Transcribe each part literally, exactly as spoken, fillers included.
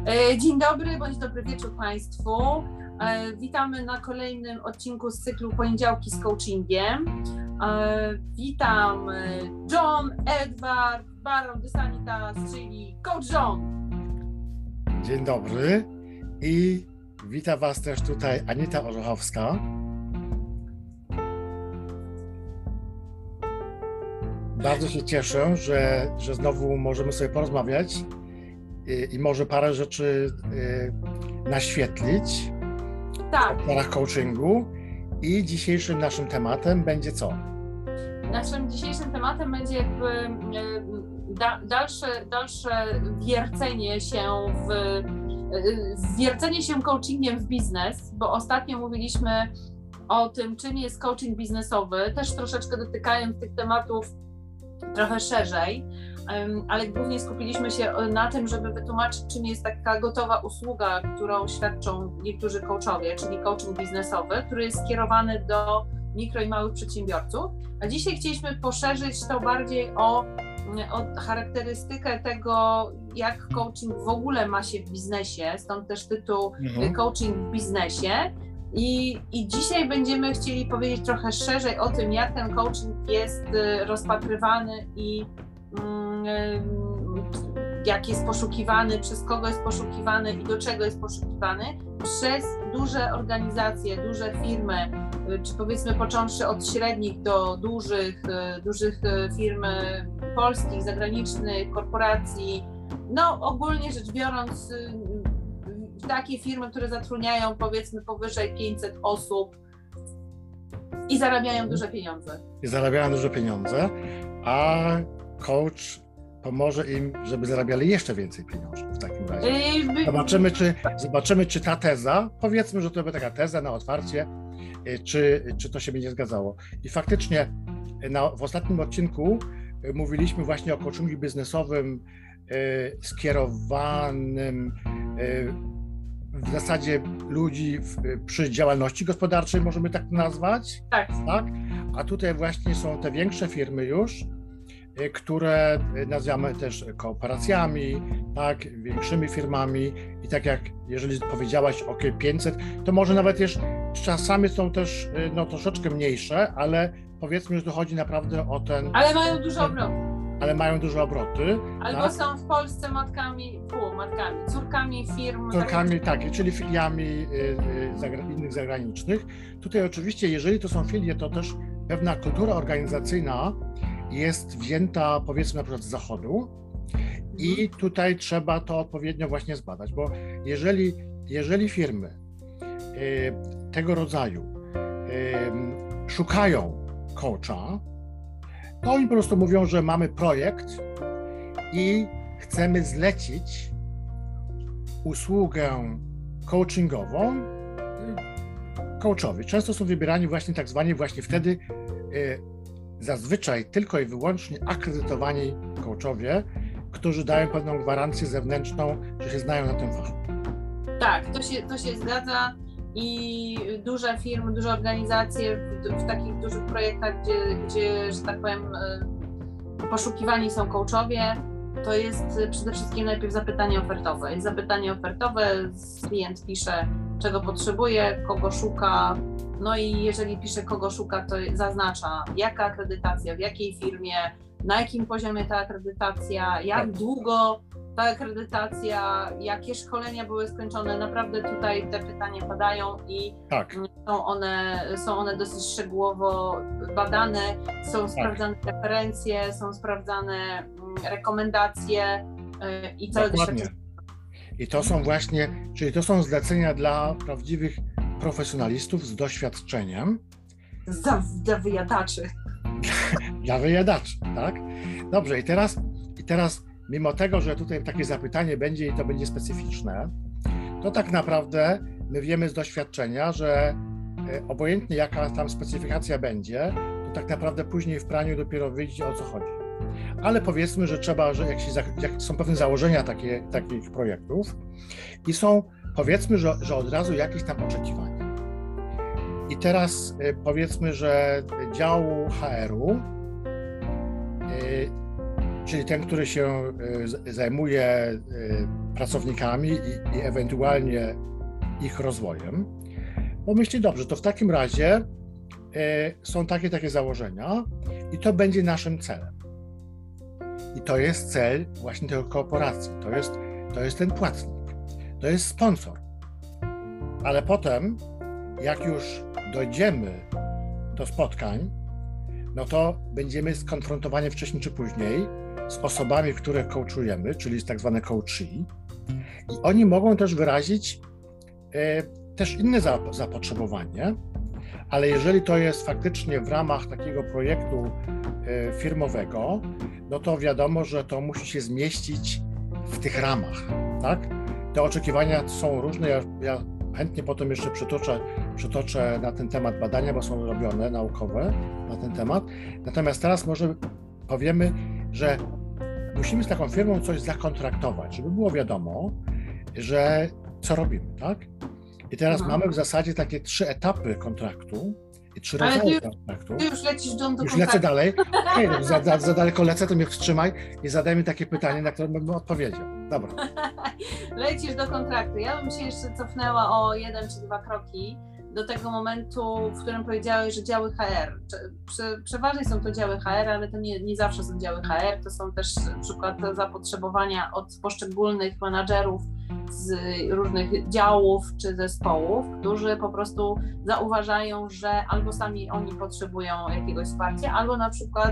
Dzień dobry, bądź dobry wieczór Państwu. Witamy na kolejnym odcinku z cyklu Poniedziałki z coachingiem. Witam John Edward Baron de Sanitas, czyli Coach John. Dzień dobry i witam Was też tutaj Anita Orzechowska. Bardzo się cieszę, że, że znowu możemy sobie porozmawiać i, i może parę rzeczy y, naświetlić tak. w obszarach coachingu. I dzisiejszym naszym tematem będzie co? Naszym dzisiejszym tematem będzie jakby y, da, dalsze, dalsze wiercenie się w, y, wiercenie się coachingiem w biznes, bo ostatnio mówiliśmy o tym, czym jest coaching biznesowy, też troszeczkę dotykając tych tematów trochę szerzej, ale głównie skupiliśmy się na tym, żeby wytłumaczyć, czym jest taka gotowa usługa, którą świadczą niektórzy coachowie, czyli coaching biznesowy, który jest skierowany do mikro i małych przedsiębiorców. A dzisiaj chcieliśmy poszerzyć to bardziej o, o charakterystykę tego, jak coaching w ogóle ma się w biznesie, stąd też tytuł mhm. Coaching w biznesie. I, I dzisiaj będziemy chcieli powiedzieć trochę szerzej o tym, jak ten coaching jest rozpatrywany i mm, jak jest poszukiwany, przez kogo jest poszukiwany i do czego jest poszukiwany przez duże organizacje, duże firmy, czy powiedzmy począwszy od średnich do dużych, dużych firm polskich, zagranicznych, korporacji, no ogólnie rzecz biorąc takie firmy, które zatrudniają powiedzmy powyżej pięćset osób i zarabiają duże pieniądze. I zarabiają duże pieniądze, a coach pomoże im, żeby zarabiali jeszcze więcej pieniędzy w takim razie. Zobaczymy, czy, zobaczymy, czy ta teza, powiedzmy, że to będzie taka teza na otwarcie, czy, czy to się będzie zgadzało. I faktycznie na, w ostatnim odcinku mówiliśmy właśnie o coachingu biznesowym y, skierowanym y, w zasadzie ludzi w, przy działalności gospodarczej, możemy tak nazwać. Tak. tak. A tutaj właśnie są te większe firmy już, które nazywamy też kooperacjami, tak, większymi firmami i tak jak jeżeli powiedziałaś ok, pięćset, to może nawet jeszcze czasami są też no, troszeczkę mniejsze, ale powiedzmy, że to chodzi naprawdę o ten... Ale mają dużo obrotów. Ale mają duże obroty. Albo tak? Są w Polsce matkami, pół, matkami, córkami firm. Córkami, tak, czyli filiami y, y, zagra innych zagranicznych. Tutaj oczywiście, jeżeli to są filie, to też pewna kultura organizacyjna jest wzięta, powiedzmy, na przykład z zachodu i tutaj trzeba to odpowiednio właśnie zbadać, bo jeżeli, jeżeli firmy y, tego rodzaju y, szukają coacha, to oni po prostu mówią, że mamy projekt i chcemy zlecić usługę coachingową coachowi. Często są wybierani właśnie tak zwani właśnie wtedy y, zazwyczaj tylko i wyłącznie akredytowani coachowie, którzy dają pewną gwarancję zewnętrzną, że się znają na tym fachu. Tak, to się, to się zgadza. I duże firmy, duże organizacje w, w takich dużych projektach, gdzie, gdzie, że tak powiem, poszukiwani są coachowie, to jest przede wszystkim najpierw zapytanie ofertowe. Jest zapytanie ofertowe, klient pisze, czego potrzebuje, kogo szuka, no i jeżeli pisze, kogo szuka, to zaznacza, jaka akredytacja, w jakiej firmie, na jakim poziomie ta akredytacja, jak tak. długo ta akredytacja, jakie szkolenia były skończone, naprawdę tutaj te pytania padają i tak. są, one, są one dosyć szczegółowo badane, są tak. sprawdzane referencje, są sprawdzane rekomendacje i całe doświadczenie. I to są właśnie, czyli to są zlecenia dla prawdziwych profesjonalistów z doświadczeniem. Za, dla wyjadaczy. Dla wyjadaczy, tak? Dobrze, i teraz, i teraz mimo tego, że tutaj takie zapytanie będzie i to będzie specyficzne, to tak naprawdę my wiemy z doświadczenia, że obojętnie jaka tam specyfikacja będzie, to tak naprawdę później w praniu dopiero wyjdzie, o co chodzi. Ale powiedzmy, że trzeba, że jak, się, jak są pewne założenia takie, takich projektów i są, powiedzmy, że, że od razu jakieś tam oczekiwania. I teraz powiedzmy, że dział H R u czyli ten, który się zajmuje pracownikami i, i ewentualnie ich rozwojem, pomyśli, dobrze, to w takim razie są takie, takie założenia i to będzie naszym celem. I to jest cel właśnie tej kooperacji, to jest, to jest ten płatnik, to jest sponsor. Ale potem, jak już dojdziemy do spotkań, no to będziemy skonfrontowani wcześniej czy później z osobami, które coachujemy, czyli tak zwane coachee, i oni mogą też wyrazić e, też inne zapotrzebowanie, ale jeżeli to jest faktycznie w ramach takiego projektu e, firmowego, no to wiadomo, że to musi się zmieścić w tych ramach, tak? Te oczekiwania są różne, ja, ja chętnie potem jeszcze przytoczę, przytoczę na ten temat badania, bo są robione naukowe na ten temat. Natomiast teraz może powiemy, że musimy z taką firmą coś zakontraktować, żeby było wiadomo, że co robimy, tak? I teraz Aha. mamy w zasadzie takie trzy etapy kontraktu i trzy Ale rodzaje ty, kontraktu. ty już lecisz do, do Już kontraktu. lecę dalej. Nie, no, za, za, za daleko lecę, to mnie wstrzymaj i zadaj mi takie pytanie, na które bym odpowiedział. Dobra. Lecisz do kontraktu. Ja bym się jeszcze cofnęła o jeden czy dwa kroki do tego momentu, w którym powiedziałeś, że działy H R. Prze, przeważnie są to działy H R, ale to nie, nie zawsze są działy H R, to są też na przykład zapotrzebowania od poszczególnych menadżerów z różnych działów czy zespołów, którzy po prostu zauważają, że albo sami oni potrzebują jakiegoś wsparcia, albo na przykład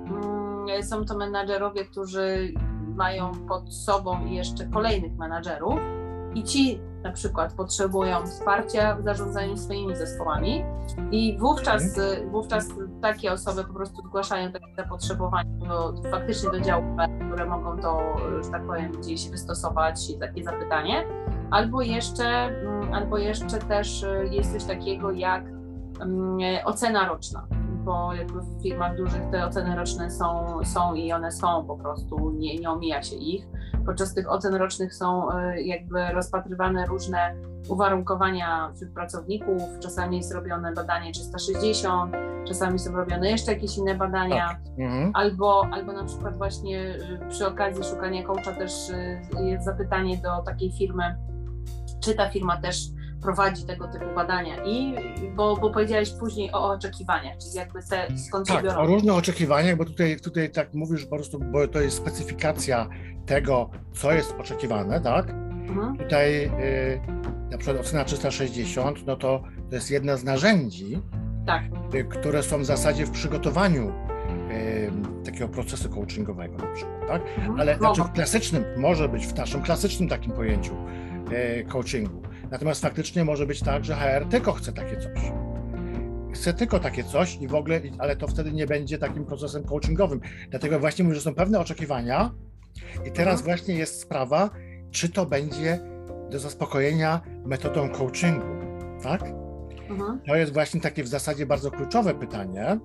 mm, są to menadżerowie, którzy mają pod sobą jeszcze kolejnych menadżerów i ci na przykład potrzebują wsparcia w zarządzaniu swoimi zespołami i wówczas, wówczas takie osoby po prostu zgłaszają takie zapotrzebowanie do, faktycznie do działów, które mogą to, że tak powiem, gdzieś wystosować i takie zapytanie. Albo jeszcze, albo jeszcze też jest coś takiego jak um, ocena roczna, bo jakby w firmach dużych te oceny roczne są, są i one są po prostu, nie, nie omija się ich. Podczas tych ocen rocznych są jakby rozpatrywane różne uwarunkowania wśród pracowników, czasami jest robione badanie trzysta sześćdziesiąt, czasami są robione jeszcze jakieś inne badania, Tak. Mhm. albo, albo na przykład właśnie przy okazji szukania coacha też jest zapytanie do takiej firmy, czy ta firma też prowadzi tego typu badania i bo, bo powiedziałeś później o oczekiwaniach, czyli jakby te, skąd się Tak, biorą. o różnych oczekiwaniach, bo tutaj, tutaj tak mówisz po prostu, bo to jest specyfikacja tego, co jest oczekiwane, tak? Mhm. Tutaj y, na przykład ocena trzysta sześćdziesiąt, no to, to jest jedna z narzędzi, Tak. y, które są w zasadzie w przygotowaniu y, takiego procesu coachingowego na przykład, tak? Mhm. Ale Mogą. znaczy w klasycznym, może być w naszym klasycznym takim pojęciu y, coachingu. Natomiast faktycznie może być tak, że H R tylko chce takie coś. Chce tylko takie coś i w ogóle, ale to wtedy nie będzie takim procesem coachingowym. Dlatego właśnie mówię, że są pewne oczekiwania i teraz Mhm. właśnie jest sprawa, czy to będzie do zaspokojenia metodą coachingu, tak? Mhm. To jest właśnie takie w zasadzie bardzo kluczowe pytanie,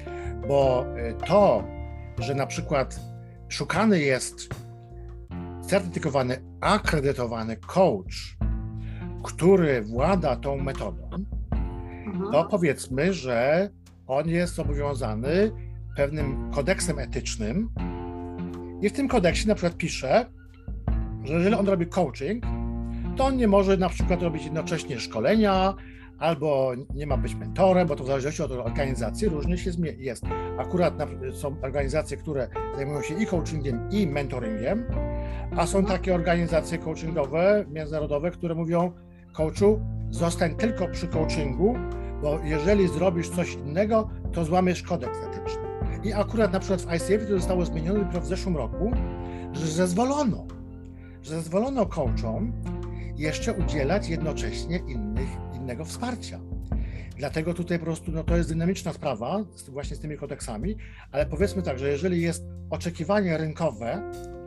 bo to, że na przykład szukany jest certyfikowany, akredytowany coach, który włada tą metodą, Mhm. to powiedzmy, że on jest zobowiązany pewnym kodeksem etycznym i w tym kodeksie na przykład pisze, że jeżeli on robi coaching, to on nie może na przykład robić jednocześnie szkolenia, albo nie ma być mentorem, bo to w zależności od organizacji różnie się jest. Akurat są organizacje, które zajmują się i coachingiem, i mentoringiem, a są takie organizacje coachingowe, międzynarodowe, które mówią: coachu, zostań tylko przy coachingu, bo jeżeli zrobisz coś innego, to złamiesz kodeks etyczny. I akurat na przykład w I C F to zostało zmienione dopiero w zeszłym roku, że zezwolono, że zezwolono coachom jeszcze udzielać jednocześnie innych, innego wsparcia. Dlatego tutaj po prostu no, to jest dynamiczna sprawa z, właśnie z tymi kodeksami, ale powiedzmy tak, że jeżeli jest oczekiwanie rynkowe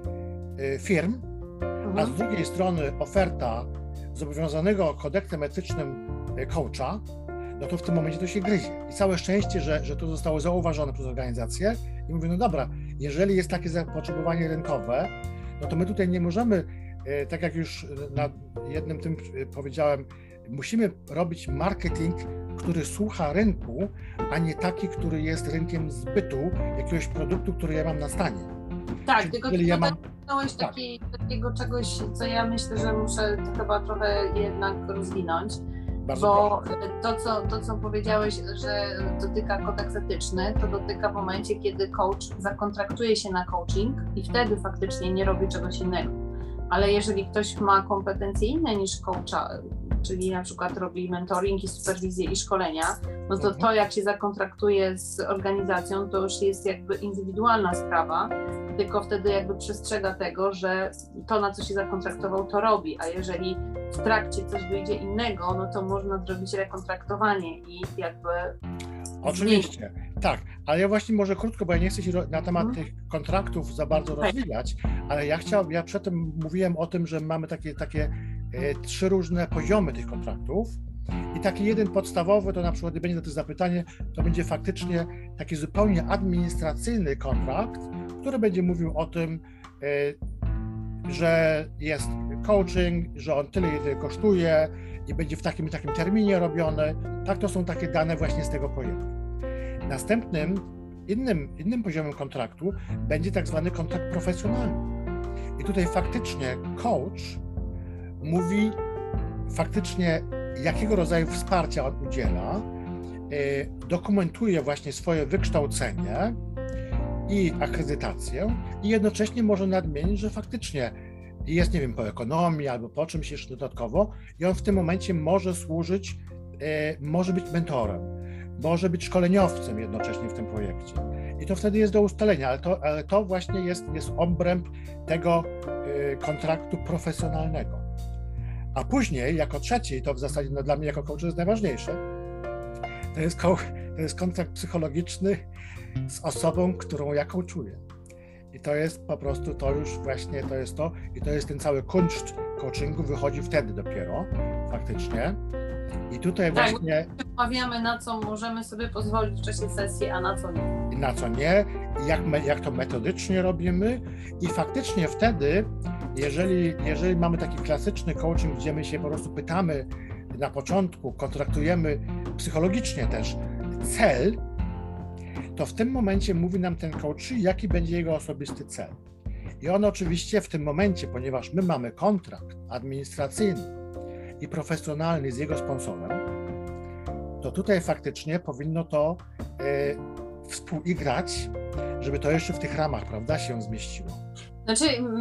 y, firm, Mhm. a z drugiej strony oferta zobowiązanego kodeksem etycznym coacha, no to w tym momencie to się gryzie. I całe szczęście, że, że to zostało zauważone przez organizację i mówię, no dobra, jeżeli jest takie zapotrzebowanie rynkowe, no to my tutaj nie możemy, tak jak już na jednym tym powiedziałem, musimy robić marketing, który słucha rynku, a nie taki, który jest rynkiem zbytu jakiegoś produktu, który ja mam na stanie. Tak, Czyli tylko jeżeli ty ja mam... dotknąłeś tak. taki, takiego czegoś, co ja myślę, że muszę to chyba trochę jednak rozwinąć, Bardzo bo proszę. to co, to, co powiedziałeś, że dotyka kodeks etyczny, to dotyka w momencie, kiedy coach zakontraktuje się na coaching i wtedy faktycznie nie robi czegoś innego. Ale jeżeli ktoś ma kompetencje inne niż coacha, czyli na przykład robi mentoring i superwizję i szkolenia, no to to, jak się zakontraktuje z organizacją, to już jest jakby indywidualna sprawa, tylko wtedy jakby przestrzega tego, że to, na co się zakontraktował, to robi, a jeżeli w trakcie coś wyjdzie innego, no to można zrobić rekontraktowanie i jakby Oczywiście, zmienić. tak, ale ja właśnie może krótko, bo ja nie chcę się na temat Mhm. tych kontraktów za bardzo rozwijać, ale ja chciałem, ja przedtem mówiłem o tym, że mamy takie, takie e, trzy różne poziomy tych kontraktów i taki jeden podstawowy, to na przykład, gdy będzie na to zapytanie, to będzie faktycznie taki zupełnie administracyjny kontrakt, który będzie mówił o tym, e, że jest coaching, że on tyle i tyle kosztuje i będzie w takim takim terminie robiony. Tak, to są takie dane właśnie z tego projektu. Następnym, innym, innym poziomem kontraktu będzie tak zwany kontrakt profesjonalny. I tutaj faktycznie coach mówi faktycznie, jakiego rodzaju wsparcia on udziela, dokumentuje właśnie swoje wykształcenie i akredytację i jednocześnie może nadmienić, że faktycznie jest, nie wiem, po ekonomii albo po czymś jeszcze dodatkowo i on w tym momencie może służyć, może być mentorem, może być szkoleniowcem jednocześnie w tym projekcie. I to wtedy jest do ustalenia, ale to, ale to właśnie jest, jest obręb tego kontraktu profesjonalnego. A później, jako trzeci, to w zasadzie no, dla mnie jako coach jest najważniejsze, to jest, to jest kontrakt psychologiczny z osobą, którą ja coachuję. I to jest po prostu, to już właśnie to jest to i to jest ten cały kunszt coachingu wychodzi wtedy dopiero faktycznie. I tutaj tak, właśnie... omawiamy, na co możemy sobie pozwolić w czasie sesji, a na co nie. Na co nie, jak, me, jak to metodycznie robimy i faktycznie wtedy, jeżeli, jeżeli mamy taki klasyczny coaching, gdzie my się po prostu pytamy na początku, kontraktujemy psychologicznie też cel, to w tym momencie mówi nam ten coach, jaki będzie jego osobisty cel. I on oczywiście w tym momencie, ponieważ my mamy kontrakt administracyjny i profesjonalny z jego sponsorem, to tutaj faktycznie powinno to y, współigrać, żeby to jeszcze w tych ramach, prawda, się zmieściło. Znaczy,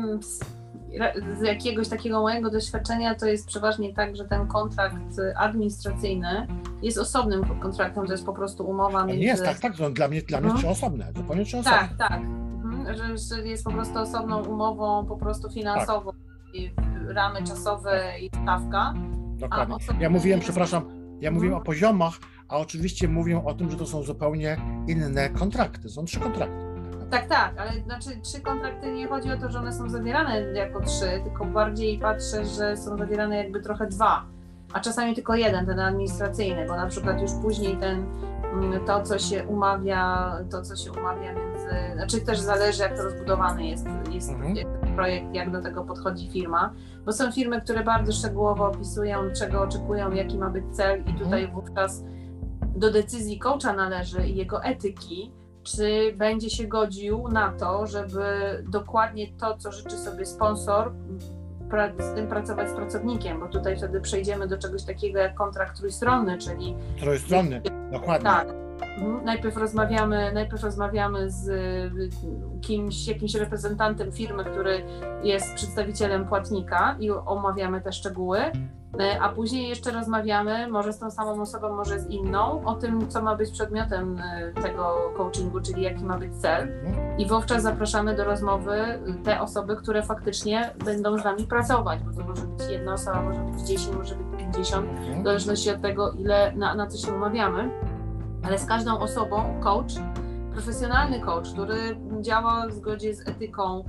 z jakiegoś takiego mojego doświadczenia to jest przeważnie tak, że ten kontrakt administracyjny jest osobnym kontraktem, to jest po prostu umowa między... Nie jest, tak, tak, to dla mnie, dla mnie mhm. trzy osobne, zupełnie trzy osobne. Tak, tak, mhm. że, że jest po prostu osobną umową, po prostu finansową, tak. I ramy czasowe i stawka. Dokładnie. Ja mówiłem, przepraszam, ja mówiłem mhm. o poziomach, a oczywiście mówię o tym, że to są zupełnie inne kontrakty, są trzy kontrakty. Tak, tak, ale znaczy trzy kontrakty nie chodzi o to, że one są zawierane jako trzy, tylko bardziej patrzę, że są zawierane jakby trochę dwa, a czasami tylko jeden, ten administracyjny, bo na przykład już później ten, to co się umawia, to co się umawia między, znaczy też zależy jak to rozbudowany jest, jest mhm. projekt, jak do tego podchodzi firma, bo są firmy, które bardzo szczegółowo opisują, czego oczekują, jaki ma być cel i tutaj mhm. wówczas do decyzji coacha należy i jego etyki, czy będzie się godził na to, żeby dokładnie to, co życzy sobie sponsor, z tym pracować z pracownikiem, bo tutaj wtedy przejdziemy do czegoś takiego jak kontrakt trójstronny, czyli... Trójstronny, dokładnie. Tak. Najpierw rozmawiamy, najpierw rozmawiamy z kimś, jakimś reprezentantem firmy, który jest przedstawicielem płatnika i omawiamy te szczegóły, a później jeszcze rozmawiamy, może z tą samą osobą, może z inną, o tym, co ma być przedmiotem tego coachingu, czyli jaki ma być cel. I wówczas zapraszamy do rozmowy te osoby, które faktycznie będą z nami pracować, bo to może być jedna osoba, może być dziesięć, może być pięćdziesiąt, w zależności od tego, ile, na, na co się umawiamy. Ale z każdą osobą coach, profesjonalny coach, który działa w zgodzie z etyką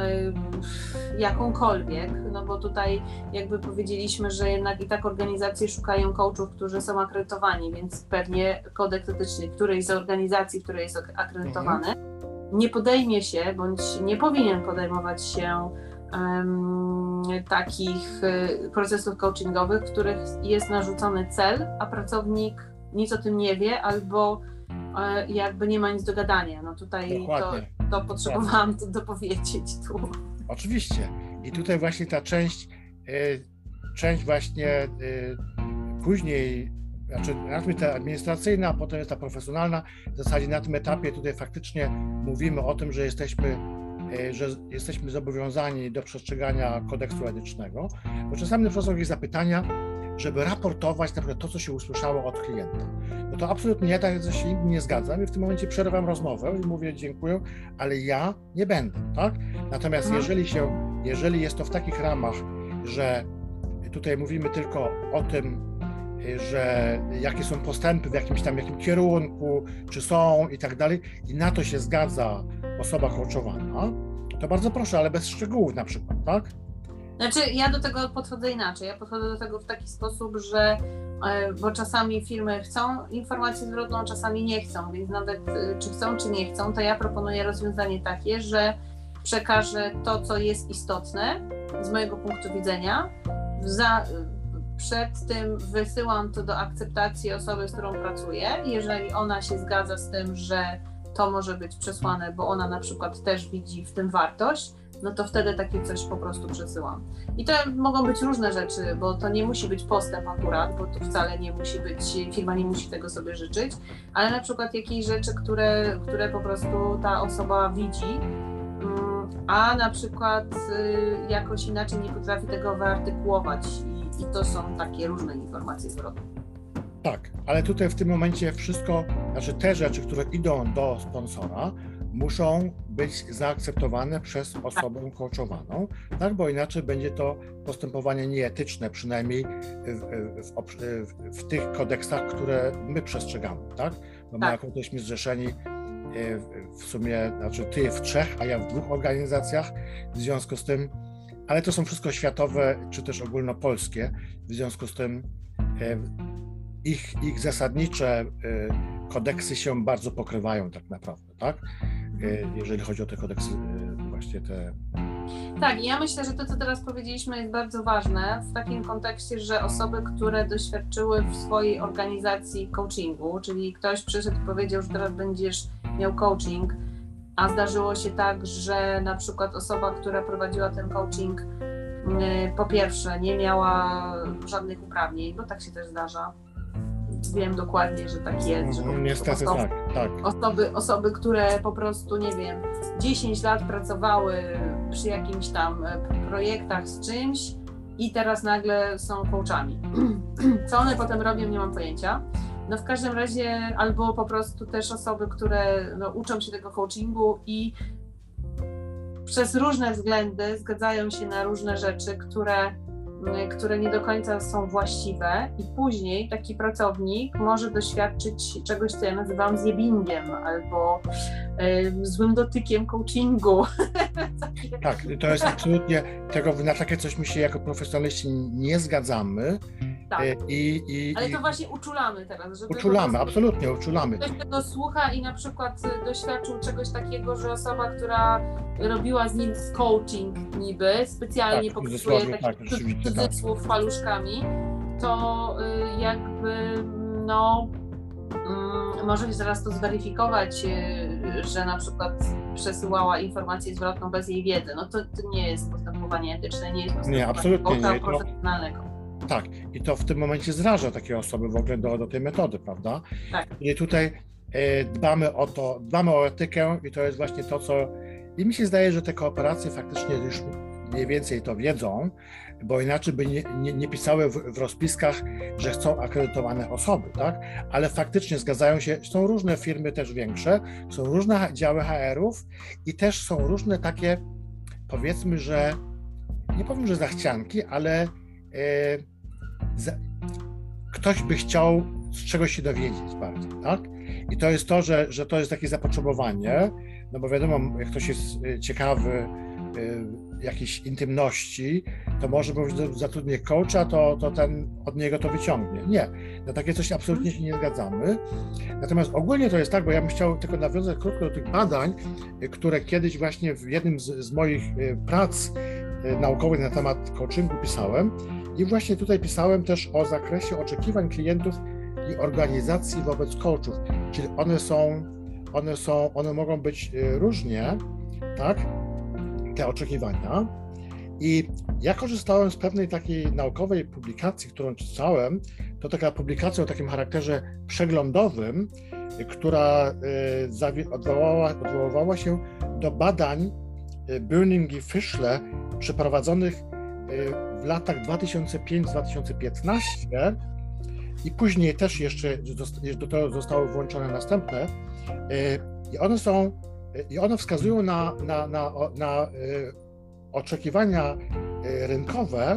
yy, jakąkolwiek, no bo tutaj jakby powiedzieliśmy, że jednak i tak organizacje szukają coachów, którzy są akredytowani, więc pewnie kodeks etyczny którejś z organizacji, której jest akredytowany, nie podejmie się, bądź nie powinien podejmować się um, takich y, procesów coachingowych, w których jest narzucony cel, a pracownik nic o tym nie wie, albo e, jakby nie ma nic do gadania. No tutaj to, to potrzebowałam to dopowiedzieć tu. Oczywiście. I tutaj właśnie ta część, część właśnie później, znaczy najpierw ta administracyjna, a potem jest ta profesjonalna. W zasadzie na tym etapie tutaj faktycznie mówimy o tym, że jesteśmy, że jesteśmy zobowiązani do przestrzegania kodeksu etycznego, bo czasami na przykład są jakieś zapytania, żeby raportować na przykład to, co się usłyszało od klienta. No to absolutnie ja tak się nigdy nie zgadzam i w tym momencie przerywam rozmowę i mówię dziękuję, ale ja nie będę, tak? Natomiast Mhm. jeżeli się, jeżeli jest to w takich ramach, że tutaj mówimy tylko o tym, że jakie są postępy w jakimś tam jakim kierunku, czy są i tak dalej, i na to się zgadza osoba coachowana, to bardzo proszę, ale bez szczegółów na przykład, tak? Znaczy, ja do tego podchodzę inaczej. Ja podchodzę do tego w taki sposób, że bo czasami firmy chcą informację zwrotną, czasami nie chcą, więc nawet czy chcą, czy nie chcą, to ja proponuję rozwiązanie takie, że przekażę to, co jest istotne z mojego punktu widzenia. Za, przed tym wysyłam to do akceptacji osoby, z którą pracuję. Jeżeli ona się zgadza z tym, że to może być przesłane, bo ona na przykład też widzi w tym wartość, no to wtedy takie coś po prostu przesyłam. I to mogą być różne rzeczy, bo to nie musi być postęp akurat, bo to wcale nie musi być, firma nie musi tego sobie życzyć, ale na przykład jakieś rzeczy, które, które po prostu ta osoba widzi, a na przykład jakoś inaczej nie potrafi tego wyartykułować i, i to są takie różne informacje zwrotne. Tak, ale tutaj w tym momencie wszystko, znaczy te rzeczy, które idą do sponsora, muszą być zaakceptowane przez osobę coachowaną, tak, bo inaczej będzie to postępowanie nieetyczne, przynajmniej w, w, w, w tych kodeksach, które my przestrzegamy, tak, bo my jako jesteśmy zrzeszeni w sumie, znaczy ty w trzech, a ja w dwóch organizacjach, w związku z tym, ale to są wszystko światowe, czy też ogólnopolskie, w związku z tym ich, ich zasadnicze kodeksy się bardzo pokrywają tak naprawdę, tak? Jeżeli chodzi o te kodeksy, właśnie te... Tak, i ja myślę, że to, co teraz powiedzieliśmy, jest bardzo ważne w takim kontekście, że osoby, które doświadczyły w swojej organizacji coachingu, czyli ktoś przyszedł i powiedział, że teraz będziesz miał coaching, a zdarzyło się tak, że na przykład osoba, która prowadziła ten coaching, po pierwsze nie miała żadnych uprawnień, bo tak się też zdarza. Wiem dokładnie, że tak jest. Że Niestety osoby, tak, tak. Osoby, osoby, które po prostu, nie wiem, dziesięć lat pracowały przy jakimś tam projektach z czymś i teraz nagle są coachami. Co one potem robią, nie mam pojęcia. No w każdym razie, albo po prostu też osoby, które no, uczą się tego coachingu i przez różne względy zgadzają się na różne rzeczy, które które nie do końca są właściwe i później taki pracownik może doświadczyć czegoś, co ja nazywam zjebingiem albo y, złym dotykiem coachingu. Tak, to jest absolutnie, tego, na takie coś my się jako profesjonaliści nie zgadzamy. Tak. I, i, Ale to właśnie uczulamy teraz. Żeby uczulamy, absolutnie uczulamy. Ktoś tego słucha i na przykład doświadczył czegoś takiego, że osoba, która robiła z nim coaching niby, specjalnie tak, pokazuje taki tak, cudzysłów tak. paluszkami, to jakby no um, może zaraz to zweryfikować, że na przykład przesyłała informację zwrotną bez jej wiedzy. No to, to nie jest postępowanie etyczne, nie jest postępowanie nie, absolutnie nie. profesjonalnego. Tak, i to w tym momencie zraża takie osoby w ogóle do, do tej metody, prawda? Tak. I tutaj e, dbamy o to, dbamy o etykę i to jest właśnie to, co... I mi się zdaje, że te kooperacje faktycznie już mniej więcej to wiedzą, bo inaczej by nie, nie, nie pisały w, w rozpiskach, że chcą akredytowane osoby, tak? Ale faktycznie zgadzają się, są różne firmy też większe, są różne działy H R-ów i też są różne takie, powiedzmy, że nie powiem, że zachcianki, ale e, za, ktoś by chciał z czegoś się dowiedzieć bardziej, tak? I to jest to, że, że to jest takie zapotrzebowanie, no bo wiadomo, jak ktoś jest ciekawy jakiejś intymności, to może mówić, że zatrudnię coacha, to, to ten od niego to wyciągnie. Nie, na takie coś absolutnie się nie zgadzamy. Natomiast ogólnie to jest tak, bo ja bym chciał tylko nawiązać krótko do tych badań, które kiedyś właśnie w jednym z, z moich prac naukowych na temat coachingu pisałem i właśnie tutaj pisałem też o zakresie oczekiwań klientów i organizacji wobec coachów, czyli one są, one są, one mogą być różnie, tak, te oczekiwania. I ja korzystałem z pewnej takiej naukowej publikacji, którą czytałem, to taka publikacja o takim charakterze przeglądowym, która odwołała, odwoływała się do badań Burning i Fischle przeprowadzonych w latach dwa tysiące piąty do dwa tysiące piętnastego i później też jeszcze do tego zostały włączone następne i one są, i one wskazują na, na, na, na oczekiwania rynkowe,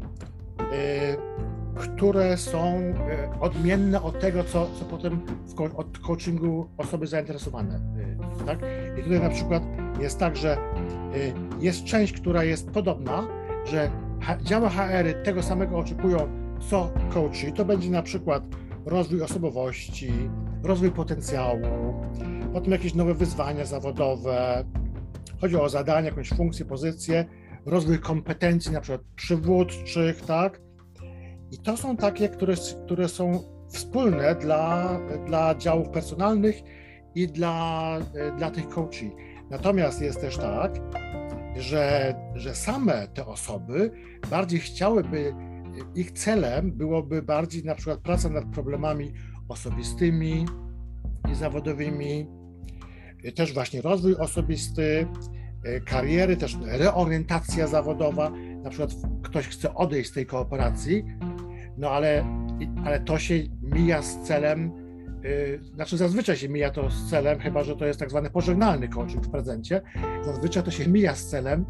które są odmienne od tego, co, co potem w od coachingu osoby zainteresowane. Tak? I tutaj na przykład jest tak, że jest część, która jest podobna, że działy H R-y tego samego oczekują, co coachi. To będzie na przykład rozwój osobowości, rozwój potencjału, potem jakieś nowe wyzwania zawodowe, chodzi o zadania, jakąś funkcję, pozycję, rozwój kompetencji, na przykład przywódczych, tak? I to są takie, które, które są wspólne dla, dla działów personalnych i dla, dla tych coachi. Natomiast jest też tak, że, że same te osoby bardziej chciałyby, ich celem byłoby bardziej na przykład praca nad problemami osobistymi i zawodowymi, też właśnie rozwój osobisty, kariery, też reorientacja zawodowa, na przykład ktoś chce odejść z tej kooperacji, no ale, ale to się mija z celem, yy, znaczy zazwyczaj się mija to z celem, chyba że to jest tak zwany pożegnalny coaching w prezencie, zazwyczaj to się mija z celem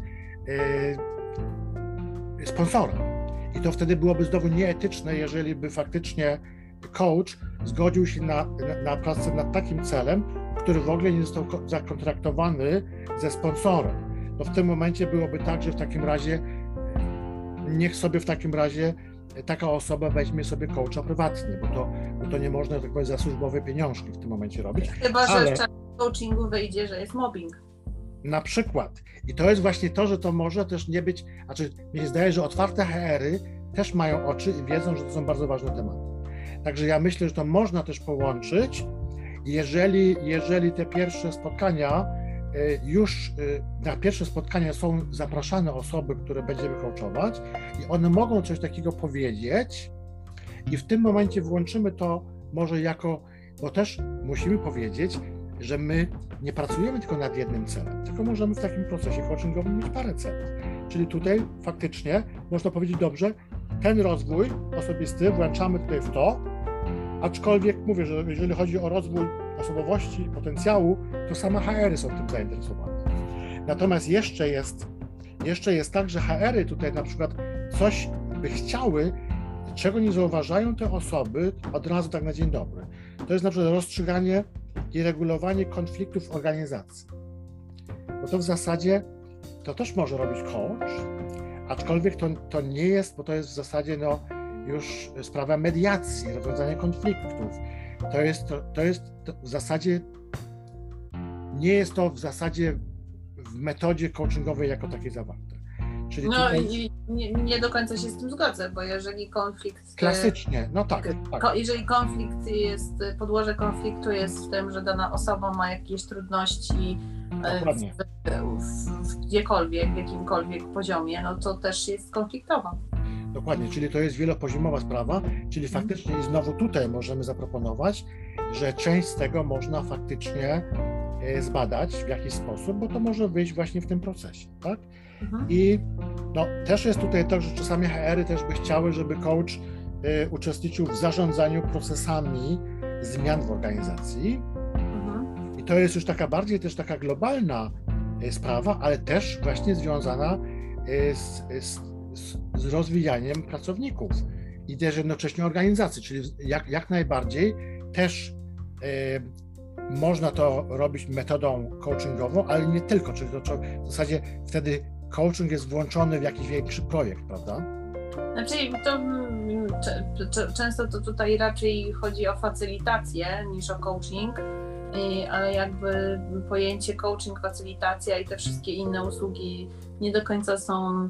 yy, sponsora. I to wtedy byłoby znowu nieetyczne, jeżeli by faktycznie coach zgodził się na, na, na pracę nad takim celem, który w ogóle nie został zakontraktowany ze sponsorem. To w tym momencie byłoby tak, że w takim razie niech sobie w takim razie taka osoba weźmie sobie coacha prywatnie, bo to, bo to nie można tak powiem za służbowe pieniążki w tym momencie robić. Chyba, że ale w czasie coachingu wyjdzie, że jest mobbing. Na przykład. I to jest właśnie to, że to może też nie być, znaczy mi się zdaje, że otwarte H R-y też mają oczy i wiedzą, że to są bardzo ważne tematy. Także ja myślę, że to można też połączyć. Jeżeli, jeżeli te pierwsze spotkania, już na pierwsze spotkania są zapraszane osoby, które będziemy coachować i one mogą coś takiego powiedzieć i w tym momencie włączymy to może jako, bo też musimy powiedzieć, że my nie pracujemy tylko nad jednym celem, tylko możemy w takim procesie coachingowym mieć parę celów. Czyli tutaj faktycznie można powiedzieć, dobrze, ten rozwój osobisty włączamy tutaj w to, aczkolwiek mówię, że jeżeli chodzi o rozwój osobowości, potencjału, to same H R-y są tym zainteresowane. Natomiast jeszcze jest, jeszcze jest tak, że H R-y tutaj na przykład coś by chciały, czego nie zauważają te osoby od razu tak na dzień dobry. To jest na przykład rozstrzyganie i regulowanie konfliktów w organizacji. Bo to w zasadzie to też może robić coach, aczkolwiek to, to nie jest, bo to jest w zasadzie no, już sprawa mediacji, rozwiązania konfliktów. To jest, to, to jest to w zasadzie, nie jest to w zasadzie w metodzie coachingowej jako takiej zawarte. Czyli no tutaj... i nie, nie do końca się z tym zgodzę, bo jeżeli konflikt... Klasycznie, no tak, tak. Jeżeli konflikt jest, podłoże konfliktu jest w tym, że dana osoba ma jakieś trudności w, w, w gdziekolwiek, w jakimkolwiek poziomie, no to też jest konfliktowa. Dokładnie, czyli to jest wielopoziomowa sprawa, czyli faktycznie i znowu tutaj możemy zaproponować, że część z tego można faktycznie zbadać w jakiś sposób, bo to może wyjść właśnie w tym procesie, tak? Mhm. I no, też jest tutaj tak, że czasami H R-y też by chciały, żeby coach y, uczestniczył w zarządzaniu procesami zmian w organizacji. Mhm. I to jest już taka bardziej też taka globalna y, sprawa, ale też właśnie związana y, z, z z rozwijaniem pracowników i też jednocześnie organizacji, czyli jak, jak najbardziej też y, można to robić metodą coachingową, ale nie tylko, czyli to, w zasadzie wtedy coaching jest włączony w jakiś większy projekt, prawda? Znaczy to często to tutaj raczej chodzi o facylitację niż o coaching, ale jakby pojęcie coaching, facylitacja i te wszystkie inne usługi nie do końca są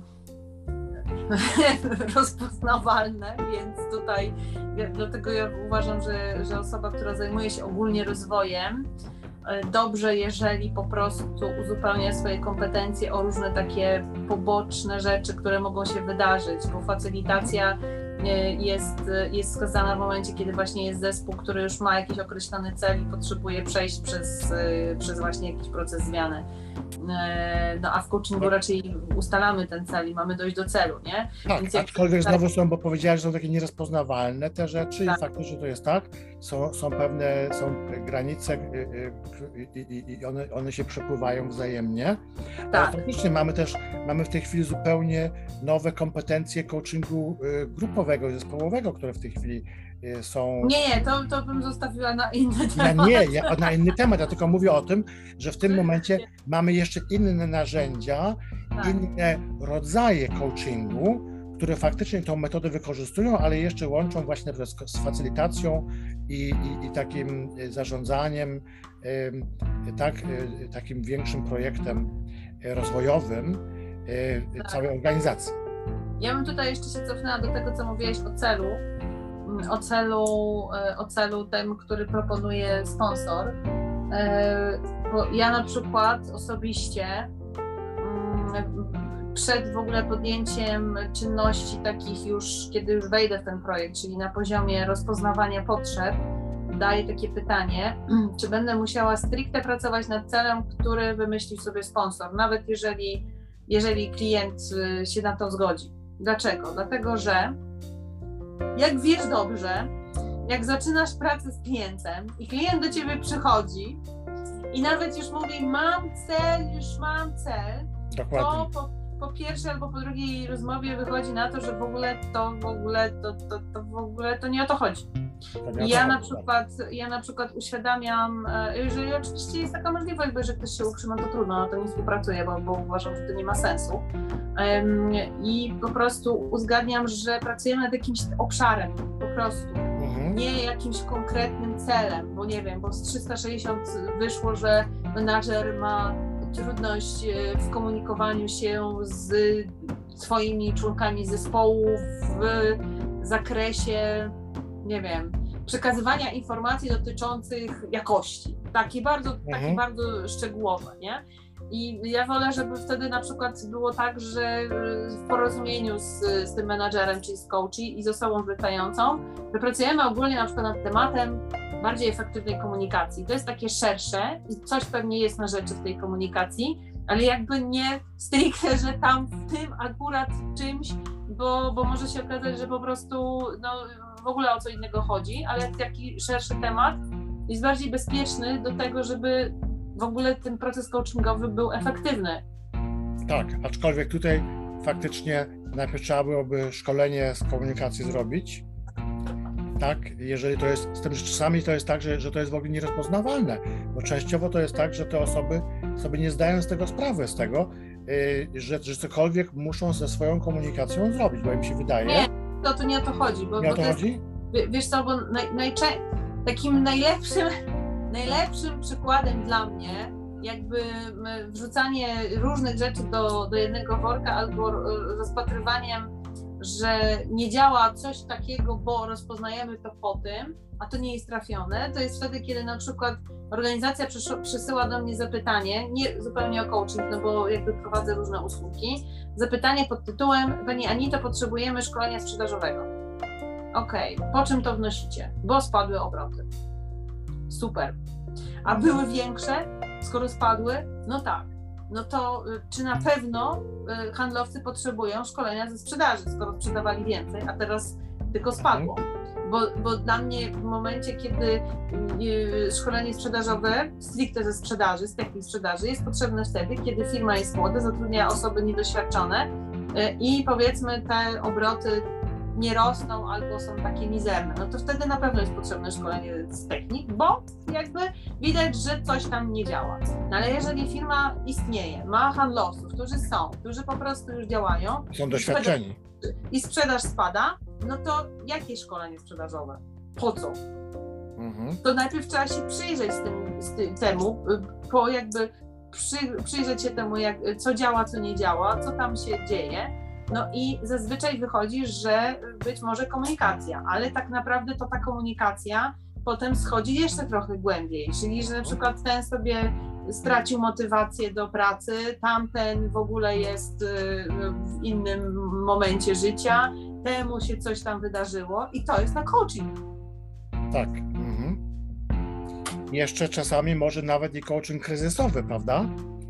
rozpoznawalne, więc tutaj dlatego ja uważam, że, że osoba, która zajmuje się ogólnie rozwojem dobrze, jeżeli po prostu uzupełnia swoje kompetencje o różne takie poboczne rzeczy, które mogą się wydarzyć, bo facylitacja jest, jest wskazana w momencie, kiedy właśnie jest zespół, który już ma jakiś określony cel i potrzebuje przejść przez, przez właśnie jakiś proces zmiany. No a w coachingu raczej ustalamy ten cel i mamy dojść do celu, nie? Tak, Więc aczkolwiek znowu są, bo powiedziałeś, że są takie nierozpoznawalne te rzeczy tak. I faktycznie to jest tak, są, są pewne, są granice i, i, i one, one się przepływają wzajemnie, tak. Ale faktycznie mamy też, mamy w tej chwili zupełnie nowe kompetencje coachingu grupowego, zespołowego, które w tej chwili są... Nie, nie, to, to bym zostawiła na inny temat. Ja nie, ja, na inny temat, ja tylko mówię o tym, że w tym momencie mamy jeszcze inne narzędzia, tak. Inne rodzaje coachingu, które faktycznie tą metodę wykorzystują, ale jeszcze łączą właśnie z facylitacją i, i, i takim zarządzaniem, tak, takim większym projektem rozwojowym tak. Całej organizacji. Ja bym tutaj jeszcze się cofnęła do tego, co mówiłeś o celu, o celu, o celu tym, który proponuje sponsor. Bo ja na przykład osobiście przed w ogóle podjęciem czynności takich już, kiedy już wejdę w ten projekt, czyli na poziomie rozpoznawania potrzeb, daję takie pytanie, czy będę musiała stricte pracować nad celem, który wymyślił sobie sponsor, nawet jeżeli, jeżeli klient się na to zgodzi. Dlaczego? Dlatego, że jak wiesz dobrze, jak zaczynasz pracę z klientem i klient do ciebie przychodzi i nawet już mówi, mam cel, już mam cel, dokładnie. To po, po pierwszej albo po drugiej rozmowie wychodzi na to, że w ogóle to w ogóle to, to, to w ogóle to nie o to chodzi. I ja na przykład, ja na przykład uświadamiam, jeżeli oczywiście jest taka możliwość, bo że ktoś się uprzyma, to trudno, no to nie współpracuję, bo, bo uważam, że to nie ma sensu. Um, I po prostu uzgadniam, że pracujemy nad jakimś obszarem, po prostu. Mhm. Nie jakimś konkretnym celem, bo nie wiem, bo z trzysta sześćdziesiąt wyszło, że menadżer ma trudność w komunikowaniu się z swoimi członkami zespołu w zakresie, nie wiem, przekazywania informacji dotyczących jakości. Takie bardzo, mhm. takie bardzo szczegółowe, nie? I ja wolę, żeby wtedy na przykład było tak, że w porozumieniu z, z tym menadżerem, czyli z coachy i z osobą zlecającą, wypracujemy ogólnie na przykład nad tematem bardziej efektywnej komunikacji. To jest takie szersze i coś pewnie jest na rzeczy w tej komunikacji, ale jakby nie stricte, że tam w tym akurat czymś, bo, bo może się okazać, że po prostu no, w ogóle o co innego chodzi, ale taki szerszy temat jest bardziej bezpieczny do tego, żeby w ogóle ten proces coachingowy był efektywny. Tak, aczkolwiek tutaj faktycznie najpierw trzeba byłoby szkolenie z komunikacji zrobić. Tak, jeżeli to jest, z tym, że czasami to jest tak, że, że to jest w ogóle nierozpoznawalne, bo częściowo to jest tak, że te osoby sobie nie zdają z tego sprawy, z tego, yy, że, że cokolwiek muszą ze swoją komunikacją zrobić, bo im się wydaje... Nie, to tu nie o to chodzi. Bo, nie bo o to, to chodzi? Jest, wiesz co, bo naj, najczę- takim najlepszym, najlepszym przykładem dla mnie jakby wrzucanie różnych rzeczy do, do jednego worka albo rozpatrywaniem, że nie działa coś takiego, bo rozpoznajemy to po tym, a to nie jest trafione, to jest wtedy, kiedy na przykład organizacja przysyła do mnie zapytanie, nie zupełnie o coaching, no bo jakby prowadzę różne usługi, zapytanie pod tytułem: Pani Anito, potrzebujemy szkolenia sprzedażowego. Okej, okay. Po czym to wnosicie? Bo spadły obroty. Super. A były większe? Skoro spadły? No tak. No to czy na pewno handlowcy potrzebują szkolenia ze sprzedaży, skoro sprzedawali więcej, a teraz tylko spadło? Bo, bo dla mnie w momencie, kiedy szkolenie sprzedażowe stricte ze sprzedaży, z technik sprzedaży jest potrzebne wtedy, kiedy firma jest młoda, zatrudnia osoby niedoświadczone i powiedzmy te obroty nie rosną albo są takie mizerne, no to wtedy na pewno jest potrzebne szkolenie z technik, bo jakby widać, że coś tam nie działa. No ale jeżeli firma istnieje, ma handlowców, którzy są, którzy po prostu już działają, są doświadczeni i sprzedaż spada, no to jakie szkolenie sprzedażowe? Po co? Mhm. To najpierw trzeba się przyjrzeć z tym, z tym, temu, po jakby przy, przyjrzeć się temu, jak, co działa, co nie działa, co tam się dzieje. No i zazwyczaj wychodzi, że być może komunikacja, ale tak naprawdę to ta komunikacja potem schodzi jeszcze trochę głębiej, czyli że na przykład ten sobie stracił motywację do pracy, tamten w ogóle jest w innym momencie życia, temu się coś tam wydarzyło i to jest na coaching. Tak. Mhm. Jeszcze czasami może nawet i coaching kryzysowy, prawda?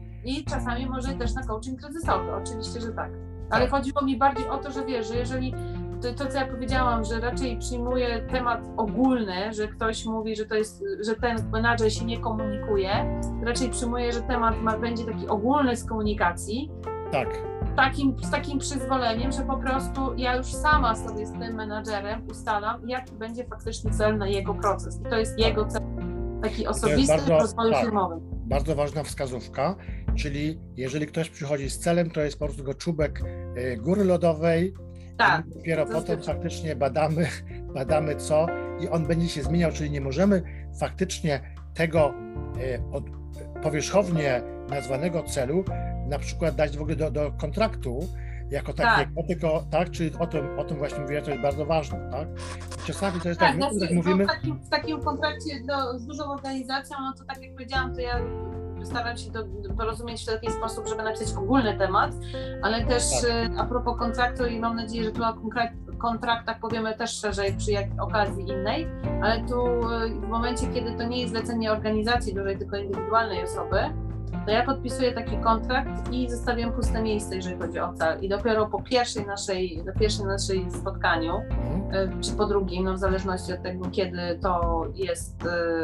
I czasami może też na coaching kryzysowy, oczywiście, że tak. Ale chodziło mi bardziej o to, że wiesz, że jeżeli to, to co ja powiedziałam, że raczej przyjmuję temat ogólny, że ktoś mówi, że to jest, że ten menadżer się nie komunikuje, raczej przyjmuję, że temat ma, będzie taki ogólny z komunikacji. Tak. Takim, z takim przyzwoleniem, że po prostu ja już sama sobie z tym menadżerem ustalam, jaki będzie faktyczny cel na jego proces. I to jest jego cel, taki osobisty w rozwoju tak, firmowym. Bardzo ważna wskazówka, czyli jeżeli ktoś przychodzi z celem, to jest po prostu go czubek góry lodowej. Tak. I dopiero potem faktycznie badamy, badamy co i on będzie się zmieniał, czyli nie możemy faktycznie tego od, powierzchownie nazwanego celu na przykład dać w ogóle do, do kontraktu jako takiego, tak. tylko tak, czyli o tym, o tym właśnie mówię, to jest bardzo ważne, tak? Czasami to jest tak, tak, my, znaczy, tak mówimy... W takim, w takim kontrakcie do, z dużą organizacją, no to tak jak powiedziałam, to ja staram się to porozumieć w taki sposób, żeby napisać ogólny temat, ale też tak. a propos kontraktu i mam nadzieję, że tu o kontraktach powiemy też szerzej przy jak, okazji innej, ale tu w momencie, kiedy to nie jest zlecenie organizacji dużej, tylko indywidualnej osoby, to ja podpisuję taki kontrakt i zostawiam puste miejsce, jeżeli chodzi o cel. I dopiero po pierwszej naszej, po pierwszej naszej spotkaniu, mhm. czy po drugim, no w zależności od tego, kiedy to jest,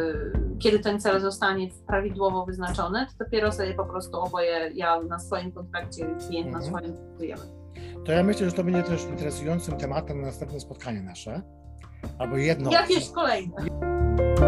kiedy ten cel zostanie prawidłowo wyznaczony, to dopiero sobie po prostu oboje, ja na swoim kontrakcie, klient mhm. na swoim podpisujemy. To ja myślę, że to będzie też interesującym tematem na następne spotkanie nasze, albo jedno. Jakieś kolejne.